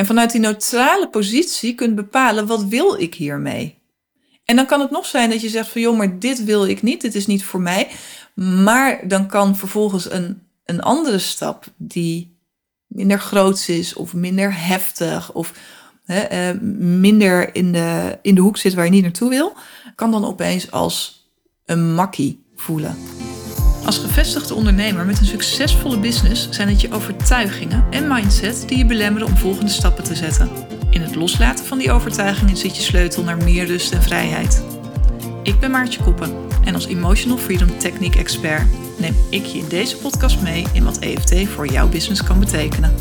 En vanuit die neutrale positie kunt bepalen, wat wil ik hiermee? En dan kan het nog zijn dat je zegt van, joh, maar dit wil ik niet, dit is niet voor mij. Maar dan kan vervolgens een andere stap die minder groots is of minder heftig of minder in de hoek zit waar je niet naartoe wil, kan dan opeens als een makkie voelen. Als gevestigde ondernemer met een succesvolle business zijn het je overtuigingen en mindset die je belemmeren om volgende stappen te zetten. In het loslaten van die overtuigingen zit je sleutel naar meer rust en vrijheid. Ik ben Maartje Koppen en als Emotional Freedom Technique Expert neem ik je in deze podcast mee in wat EFT voor jouw business kan betekenen.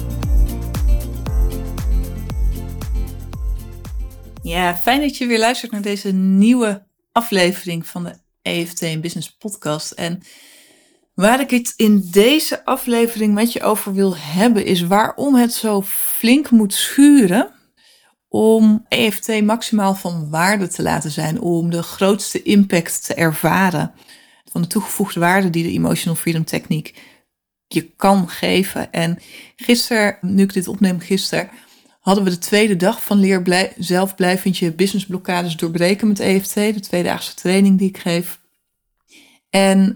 Ja, fijn dat je weer luistert naar deze nieuwe aflevering van de EFT in Business podcast. En waar ik het in deze aflevering met je over wil hebben is waarom het zo flink moet schuren om EFT maximaal van waarde te laten zijn, om de grootste impact te ervaren van de toegevoegde waarde die de Emotional Freedom Technique je kan geven. En gisteren, nu ik dit opneem, hadden we de tweede dag van leer zelfblijvend je businessblokkades doorbreken met EFT, de tweedaagse training die ik geef. En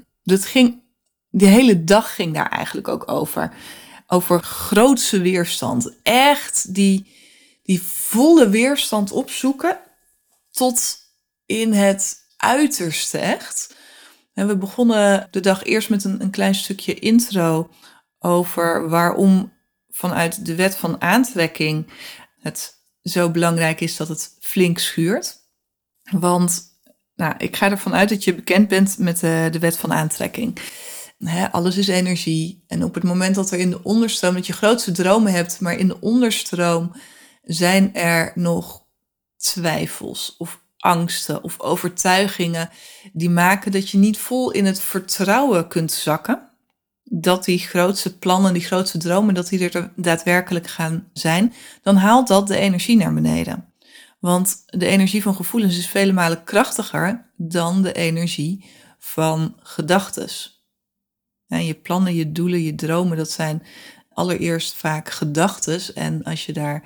de hele dag ging daar eigenlijk ook over. Over grootse weerstand. Echt die volle weerstand opzoeken tot in het uiterste echt. En we begonnen de dag eerst met een klein stukje intro over waarom vanuit de wet van aantrekking het zo belangrijk is dat het flink schuurt. Want ik ga ervan uit dat je bekend bent met de wet van aantrekking. Alles is energie. En op het moment dat er in de onderstroom, dat je grootste dromen hebt, maar in de onderstroom zijn er nog twijfels of angsten of overtuigingen die maken dat je niet vol in het vertrouwen kunt zakken. Dat die grootste plannen, die grootste dromen, dat die er daadwerkelijk gaan zijn. Dan haalt dat de energie naar beneden. Want de energie van gevoelens is vele malen krachtiger dan de energie van gedachtes. Je plannen, je doelen, je dromen, dat zijn allereerst vaak gedachtes. En als je daar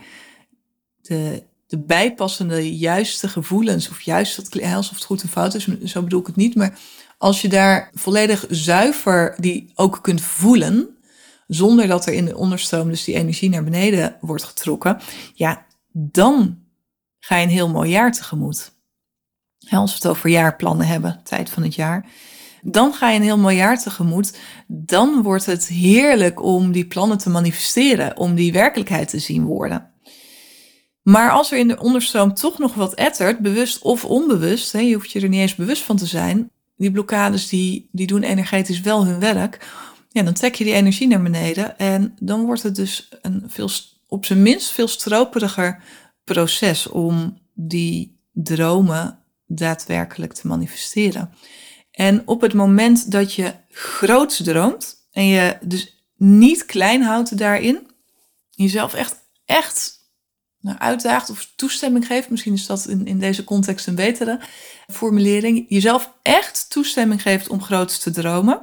de bijpassende juiste gevoelens, of juist alsof het goed en fout is, zo bedoel ik het niet, maar als je daar volledig zuiver die ook kunt voelen, zonder dat er in de onderstroom dus die energie naar beneden wordt getrokken, ja, dan ga je een heel mooi jaar tegemoet. Als we het over jaarplannen hebben, tijd van het jaar, dan ga je een heel mooi jaar tegemoet. Dan wordt het heerlijk om die plannen te manifesteren, om die werkelijkheid te zien worden. Maar als er in de onderstroom toch nog wat ettert, bewust of onbewust, je hoeft je er niet eens bewust van te zijn, die blokkades die doen energetisch wel hun werk, ja, dan trek je die energie naar beneden en dan wordt het dus op zijn minst veel stroperiger proces om die dromen daadwerkelijk te manifesteren. En op het moment dat je groots droomt en je dus niet klein houdt daarin, jezelf echt uitdaagt of toestemming geeft, misschien is dat in deze context een betere formulering, jezelf echt toestemming geeft om groots te dromen,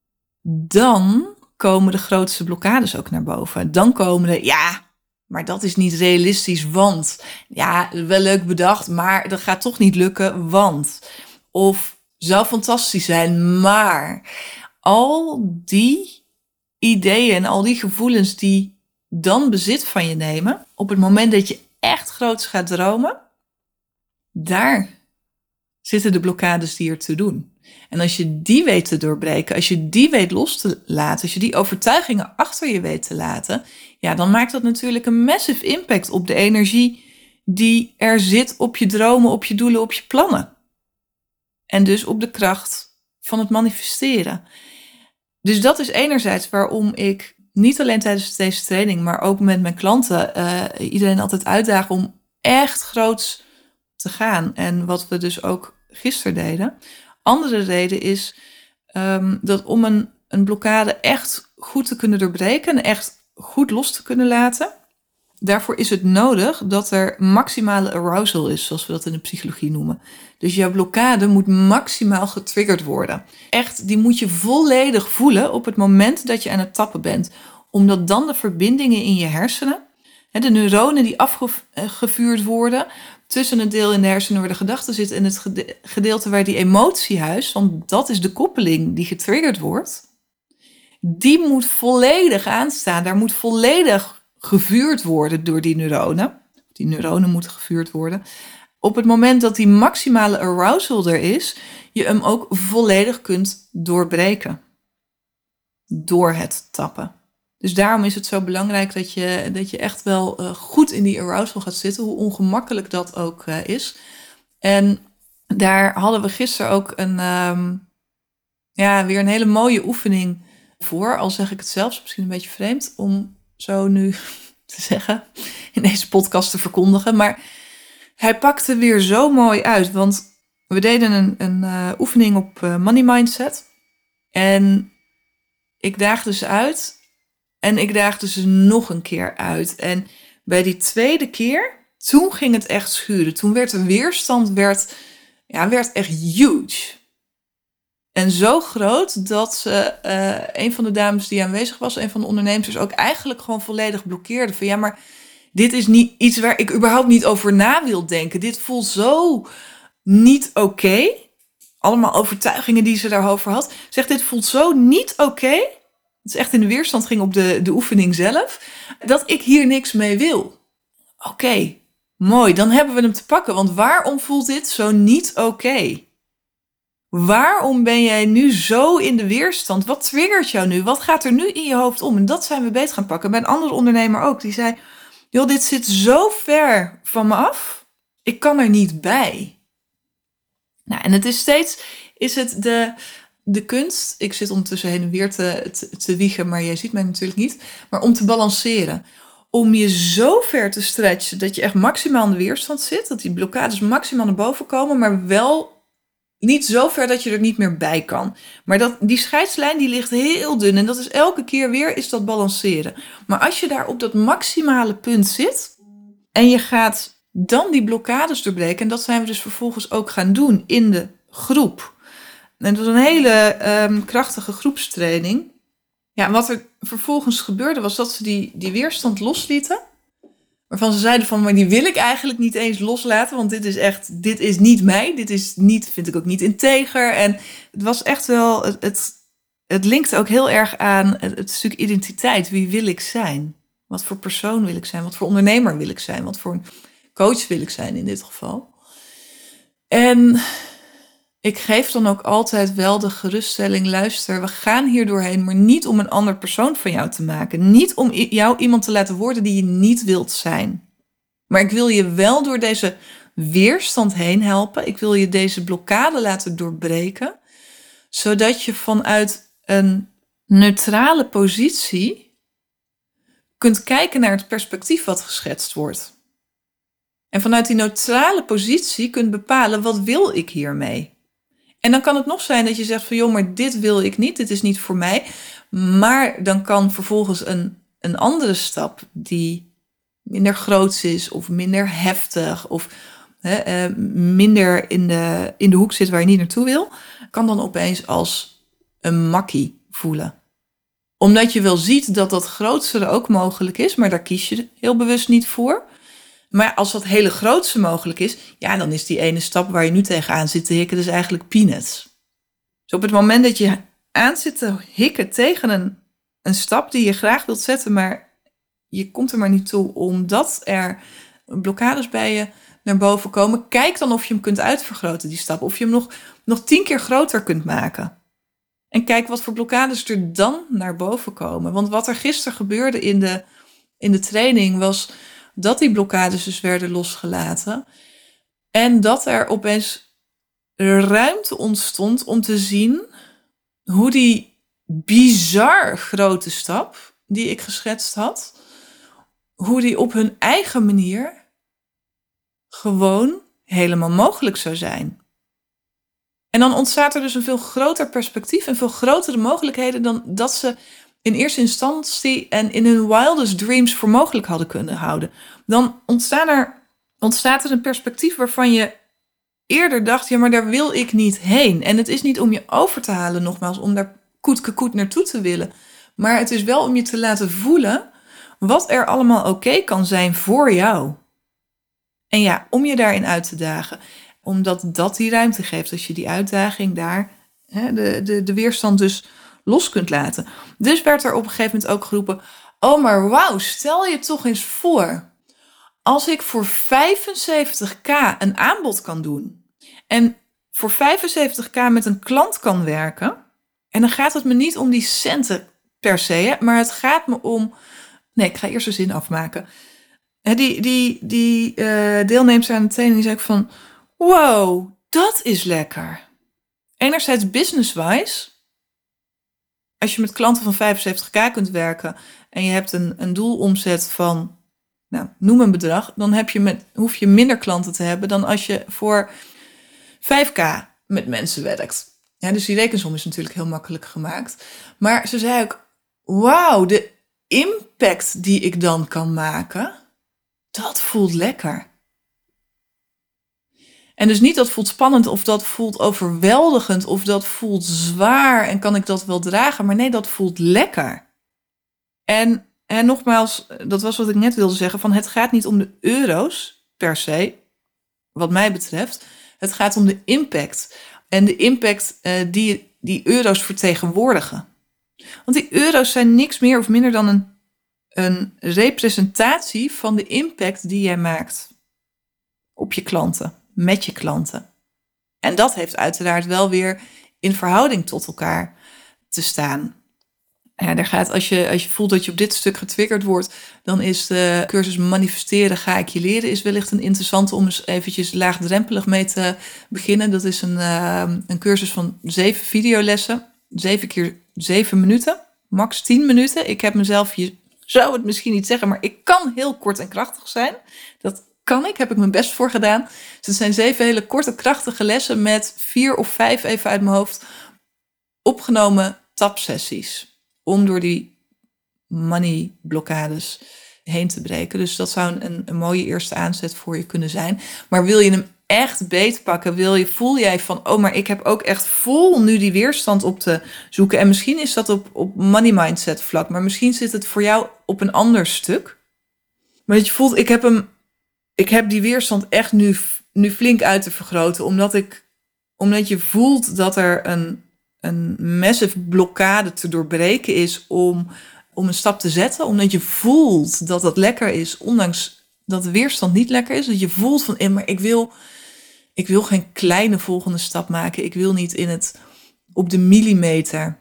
dan komen de grootste blokkades ook naar boven. Dan komen maar dat is niet realistisch, want wel leuk bedacht, maar dat gaat toch niet lukken, want. Of zou fantastisch zijn, maar al die ideeën en al die gevoelens die dan bezit van je nemen, op het moment dat je echt groots gaat dromen, daar zitten de blokkades die ertoe doen. En als je die weet te doorbreken, als je die weet los te laten, als je die overtuigingen achter je weet te laten, ja, dan maakt dat natuurlijk een massive impact op de energie die er zit op je dromen, op je doelen, op je plannen. En dus op de kracht van het manifesteren. Dus dat is enerzijds waarom ik niet alleen tijdens deze training, maar ook met mijn klanten iedereen altijd uitdaag om echt groots te gaan. En wat we dus ook gisteren deden. Andere reden is dat om een blokkade echt goed te kunnen doorbreken en echt goed los te kunnen laten, daarvoor is het nodig dat er maximale arousal is, zoals we dat in de psychologie noemen. Dus jouw blokkade moet maximaal getriggerd worden. Echt, die moet je volledig voelen op het moment dat je aan het tappen bent. Omdat dan de verbindingen in je hersenen, De neuronen die afgevuurd worden tussen het deel in de hersenen waar de gedachte zit en het gedeelte waar die emotie huist, want dat is de koppeling die getriggerd wordt, die moet volledig aanstaan. Daar moet volledig gevuurd worden door die neuronen. Die neuronen moeten gevuurd worden. Op het moment dat die maximale arousal er is, je hem ook volledig kunt doorbreken. Door het tappen. Dus daarom is het zo belangrijk dat je echt wel goed in die arousal gaat zitten, hoe ongemakkelijk dat ook is. En daar hadden we gisteren ook weer een hele mooie oefening voor. Al zeg ik het zelfs misschien een beetje vreemd om zo nu te zeggen, in deze podcast te verkondigen. Maar hij pakte weer zo mooi uit, want we deden een oefening op money mindset. En ik daagde ze uit en ik daagde ze nog een keer uit. En bij die tweede keer, toen ging het echt schuren. Toen werd de weerstand werd echt huge. En zo groot dat ze, een van de dames die aanwezig was, een van de ondernemers, ook eigenlijk gewoon volledig blokkeerde. Van ja, maar dit is niet iets waar ik überhaupt niet over na wil denken. Dit voelt zo niet oké. Allemaal overtuigingen die ze daarover had. Zegt, dit voelt zo niet oké. Het is echt in de weerstand ging op de oefening zelf. Dat ik hier niks mee wil. Oké, mooi. Dan hebben we hem te pakken. Want waarom voelt dit zo niet oké? Waarom ben jij nu zo in de weerstand? Wat triggert jou nu? Wat gaat er nu in je hoofd om? En dat zijn we beter gaan pakken. Bij een andere ondernemer ook. Die zei, joh, dit zit zo ver van me af. Ik kan er niet bij. Nou, en het is steeds, de kunst. Ik zit ondertussen heen en weer te wiegen, maar jij ziet mij natuurlijk niet. Maar om te balanceren. Om je zo ver te stretchen dat je echt maximaal in de weerstand zit. Dat die blokkades maximaal naar boven komen, maar wel niet zo ver dat je er niet meer bij kan. Maar die scheidslijn die ligt heel dun. En dat is elke keer weer is dat balanceren. Maar als je daar op dat maximale punt zit en je gaat dan die blokkades doorbreken. En dat zijn we dus vervolgens ook gaan doen in de groep. En het was een hele krachtige groepstraining. Ja, wat er vervolgens gebeurde was dat ze die weerstand loslieten. Waarvan ze zeiden van, maar die wil ik eigenlijk niet eens loslaten. Want dit is niet mij. Dit is niet, vind ik ook niet integer. En het was echt wel, het linkte ook heel erg aan het stuk identiteit. Wie wil ik zijn? Wat voor persoon wil ik zijn? Wat voor ondernemer wil ik zijn? Wat voor coach wil ik zijn in dit geval? En ik geef dan ook altijd wel de geruststelling, luister, we gaan hier doorheen, maar niet om een ander persoon van jou te maken. Niet om jou iemand te laten worden die je niet wilt zijn. Maar ik wil je wel door deze weerstand heen helpen. Ik wil je deze blokkade laten doorbreken, zodat je vanuit een neutrale positie kunt kijken naar het perspectief wat geschetst wordt. En vanuit die neutrale positie kunt bepalen, wat wil ik hiermee? En dan kan het nog zijn dat je zegt van, joh, maar dit wil ik niet, dit is niet voor mij. Maar dan kan vervolgens een andere stap die minder groots is of minder heftig of minder in de hoek zit waar je niet naartoe wil, kan dan opeens als een makkie voelen. Omdat je wel ziet dat dat grootste ook mogelijk is, maar daar kies je heel bewust niet voor. Maar als dat hele grootste mogelijk is, ja, dan is die ene stap waar je nu tegenaan zit te hikken, dus eigenlijk peanuts. Dus op het moment dat je aan zit te hikken tegen een stap die je graag wilt zetten, maar je komt er maar niet toe omdat er blokkades bij je naar boven komen, kijk dan of je hem kunt uitvergroten, die stap. Of je hem nog 10 keer groter kunt maken. En kijk wat voor blokkades er dan naar boven komen. Want wat er gisteren gebeurde in de training was dat die blokkades dus werden losgelaten. En dat er opeens ruimte ontstond om te zien hoe die bizar grote stap die ik geschetst had, hoe die op hun eigen manier gewoon helemaal mogelijk zou zijn. En dan ontstaat er dus een veel groter perspectief en veel grotere mogelijkheden dan dat ze in eerste instantie en in hun wildest dreams voor mogelijk hadden kunnen houden. Dan ontstaat er een perspectief waarvan je eerder dacht, ja, maar daar wil ik niet heen. En het is niet om je over te halen, nogmaals, om daar koet naartoe te willen. Maar het is wel om je te laten voelen wat er allemaal oké kan zijn voor jou. En ja, om je daarin uit te dagen. Omdat dat die ruimte geeft. Als je die uitdaging daar, de weerstand dus los kunt laten. Dus werd er op een gegeven moment ook geroepen, oh maar wauw, stel je toch eens voor. Als ik voor 75k een aanbod kan doen. En voor 75k met een klant kan werken. En dan gaat het me niet om die centen per se. Maar het gaat me om... Nee, ik ga eerst de zin afmaken. Die deelnemers aan de training die zei van... Wow, dat is lekker. Enerzijds business-wise. Als je met klanten van 75k kunt werken... en je hebt een doelomzet van... Nou, noem een bedrag. Dan hoef je minder klanten te hebben... dan als je voor 5k met mensen werkt. Ja, dus die rekensom is natuurlijk heel makkelijk gemaakt. Maar ze zei ook... Wauw, de impact die ik dan kan maken... dat voelt lekker. En dus niet dat voelt spannend of dat voelt overweldigend of dat voelt zwaar en kan ik dat wel dragen. Maar nee, dat voelt lekker. En nogmaals, dat was wat ik net wilde zeggen, van het gaat niet om de euro's per se, wat mij betreft. Het gaat om de impact. En de impact die euro's vertegenwoordigen. Want die euro's zijn niks meer of minder dan een representatie van de impact die jij maakt op je klanten, met je klanten. En dat heeft uiteraard wel weer in verhouding tot elkaar te staan. Ja, als je voelt dat je op dit stuk getriggerd wordt, dan is de cursus Manifesteren ga ik je leren is wellicht een interessante om eens eventjes laagdrempelig mee te beginnen. Dat is een cursus van 7 videolessen, 7 keer 7 minuten, max 10 minuten. Ik heb mezelf, je zou het misschien niet zeggen, maar ik kan heel kort en krachtig zijn. Dat kan ik, heb ik mijn best voor gedaan. Dus het zijn 7 hele korte, krachtige lessen met 4 of 5, even uit mijn hoofd, opgenomen tapsessies. Om door die money blokkades heen te breken. Dus dat zou een mooie eerste aanzet voor je kunnen zijn. Maar wil je hem echt beetpakken? Voel jij van, oh, maar ik heb ook echt vol nu die weerstand op te zoeken. En misschien is dat op money mindset vlak. Maar misschien zit het voor jou op een ander stuk. Maar dat je voelt, ik heb die weerstand echt nu flink uit te vergroten. Omdat je voelt dat er een massive blokkade te doorbreken is om een stap te zetten. Omdat je voelt dat het lekker is, ondanks dat de weerstand niet lekker is. Dat je voelt van, maar ik wil geen kleine volgende stap maken. Ik wil niet op de millimeter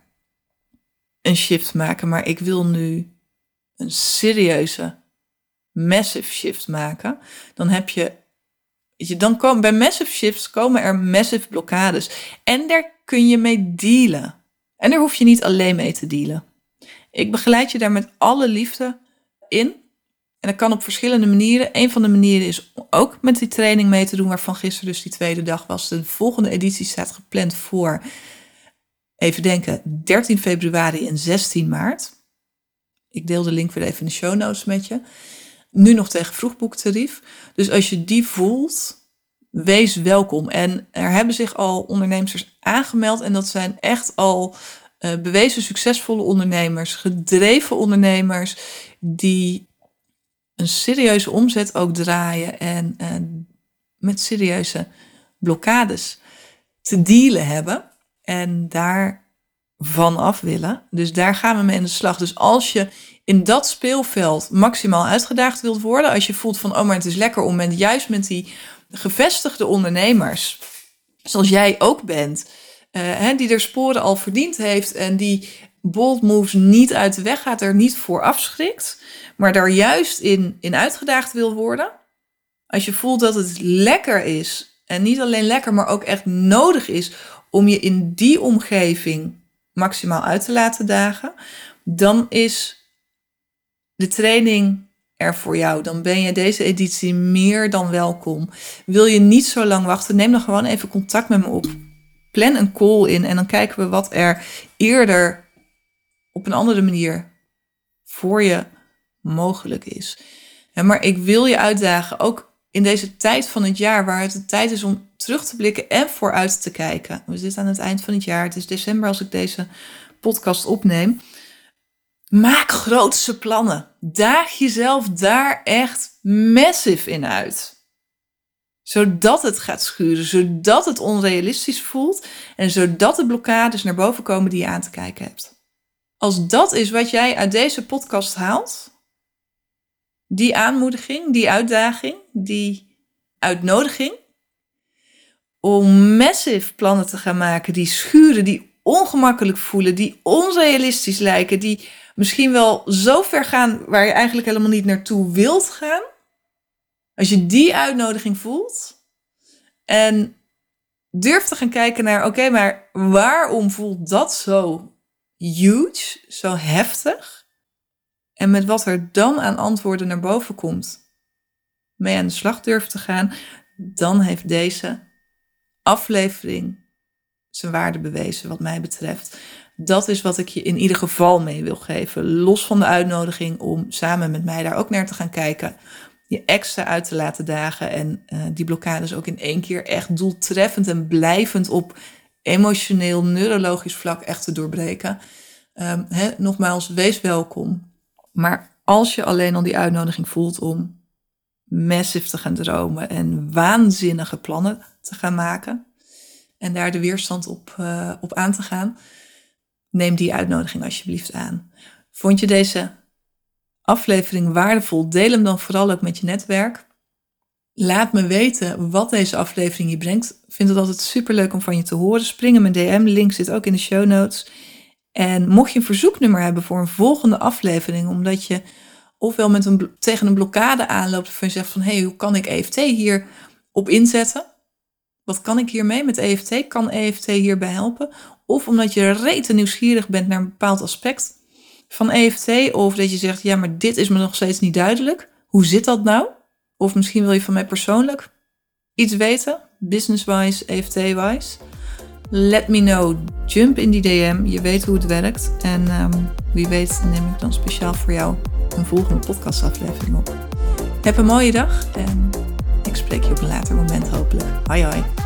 een shift maken. Maar ik wil nu een serieuze, massive shift maken. Dan heb je... bij massive shifts komen er massive blokkades. En daar kun je mee dealen. En daar hoef je niet alleen mee te dealen. Ik begeleid je daar met alle liefde in. En dat kan op verschillende manieren. Een van de manieren is ook met die training mee te doen, waarvan gisteren dus die tweede dag was. De volgende editie staat gepland voor, even denken, 13 februari en 16 maart. Ik deel de link weer even in de show notes met je. Nu nog tegen vroegboektarief. Dus als je die voelt, wees welkom. En er hebben zich al ondernemers aangemeld. En dat zijn echt al bewezen succesvolle ondernemers. Gedreven ondernemers die een serieuze omzet ook draaien. En met serieuze blokkades te dealen hebben. En daar vanaf willen. Dus daar gaan we mee aan de slag. Dus als je in dat speelveld maximaal uitgedaagd wilt worden, als je voelt van, oh, maar het is lekker om juist met die gevestigde ondernemers, zoals jij ook bent, die er sporen al verdiend heeft en die bold moves niet uit de weg gaat, er niet voor afschrikt, maar daar juist in uitgedaagd wil worden. Als je voelt dat het lekker is, en niet alleen lekker, maar ook echt nodig is om je in die omgeving maximaal uit te laten dagen, dan is de training er voor jou. Dan ben je deze editie meer dan welkom. Wil je niet zo lang wachten, neem dan gewoon even contact met me op. Plan een call in en dan kijken we wat er eerder op een andere manier voor je mogelijk is. Ja, maar ik wil je uitdagen, ook in deze tijd van het jaar, waar het de tijd is om terug te blikken en vooruit te kijken. We zitten aan het eind van het jaar. Het is december als ik deze podcast opneem. Maak grootse plannen. Daag jezelf daar echt massive in uit. Zodat het gaat schuren, zodat het onrealistisch voelt en zodat de blokkades naar boven komen die je aan te kijken hebt. Als dat is wat jij uit deze podcast haalt, die aanmoediging, die uitdaging, die uitnodiging, om massive plannen te gaan maken die schuren, die ongemakkelijk voelen, die onrealistisch lijken, die misschien wel zo ver gaan waar je eigenlijk helemaal niet naartoe wilt gaan. Als je die uitnodiging voelt en durft te gaan kijken naar, oké, maar waarom voelt dat zo huge, zo heftig? En met wat er dan aan antwoorden naar boven komt, mee aan de slag durft te gaan, dan heeft deze aflevering zijn waarde bewezen wat mij betreft. Dat is wat ik je in ieder geval mee wil geven. Los van de uitnodiging om samen met mij daar ook naar te gaan kijken. Je extra uit te laten dagen. En die blokkades ook in één keer echt doeltreffend en blijvend op emotioneel, neurologisch vlak echt te doorbreken. Nogmaals, wees welkom. Maar als je alleen al die uitnodiging voelt om massive te gaan dromen en waanzinnige plannen te gaan maken en daar de weerstand op aan te gaan, neem die uitnodiging alsjeblieft aan. Vond je deze aflevering waardevol? Deel hem dan vooral ook met je netwerk. Laat me weten wat deze aflevering je brengt. Ik vind het altijd superleuk om van je te horen. Spring in mijn DM, link zit ook in de show notes. En mocht je een verzoeknummer hebben voor een volgende aflevering, omdat je ofwel tegen een blokkade aanloopt of je zegt van, hey, hoe kan ik EFT hier op inzetten? Wat kan ik hiermee met EFT? Kan EFT hierbij helpen? Of omdat je rete nieuwsgierig bent naar een bepaald aspect van EFT, of dat je zegt, ja, maar dit is me nog steeds niet duidelijk. Hoe zit dat nou? Of misschien wil je van mij persoonlijk iets weten, business-wise, EFT-wise. Let me know. Jump in die DM. Je weet hoe het werkt. En wie weet neem ik dan speciaal voor jou een volgende podcastaflevering op. Heb een mooie dag en ik spreek je op een later moment hopelijk. Hoi hoi.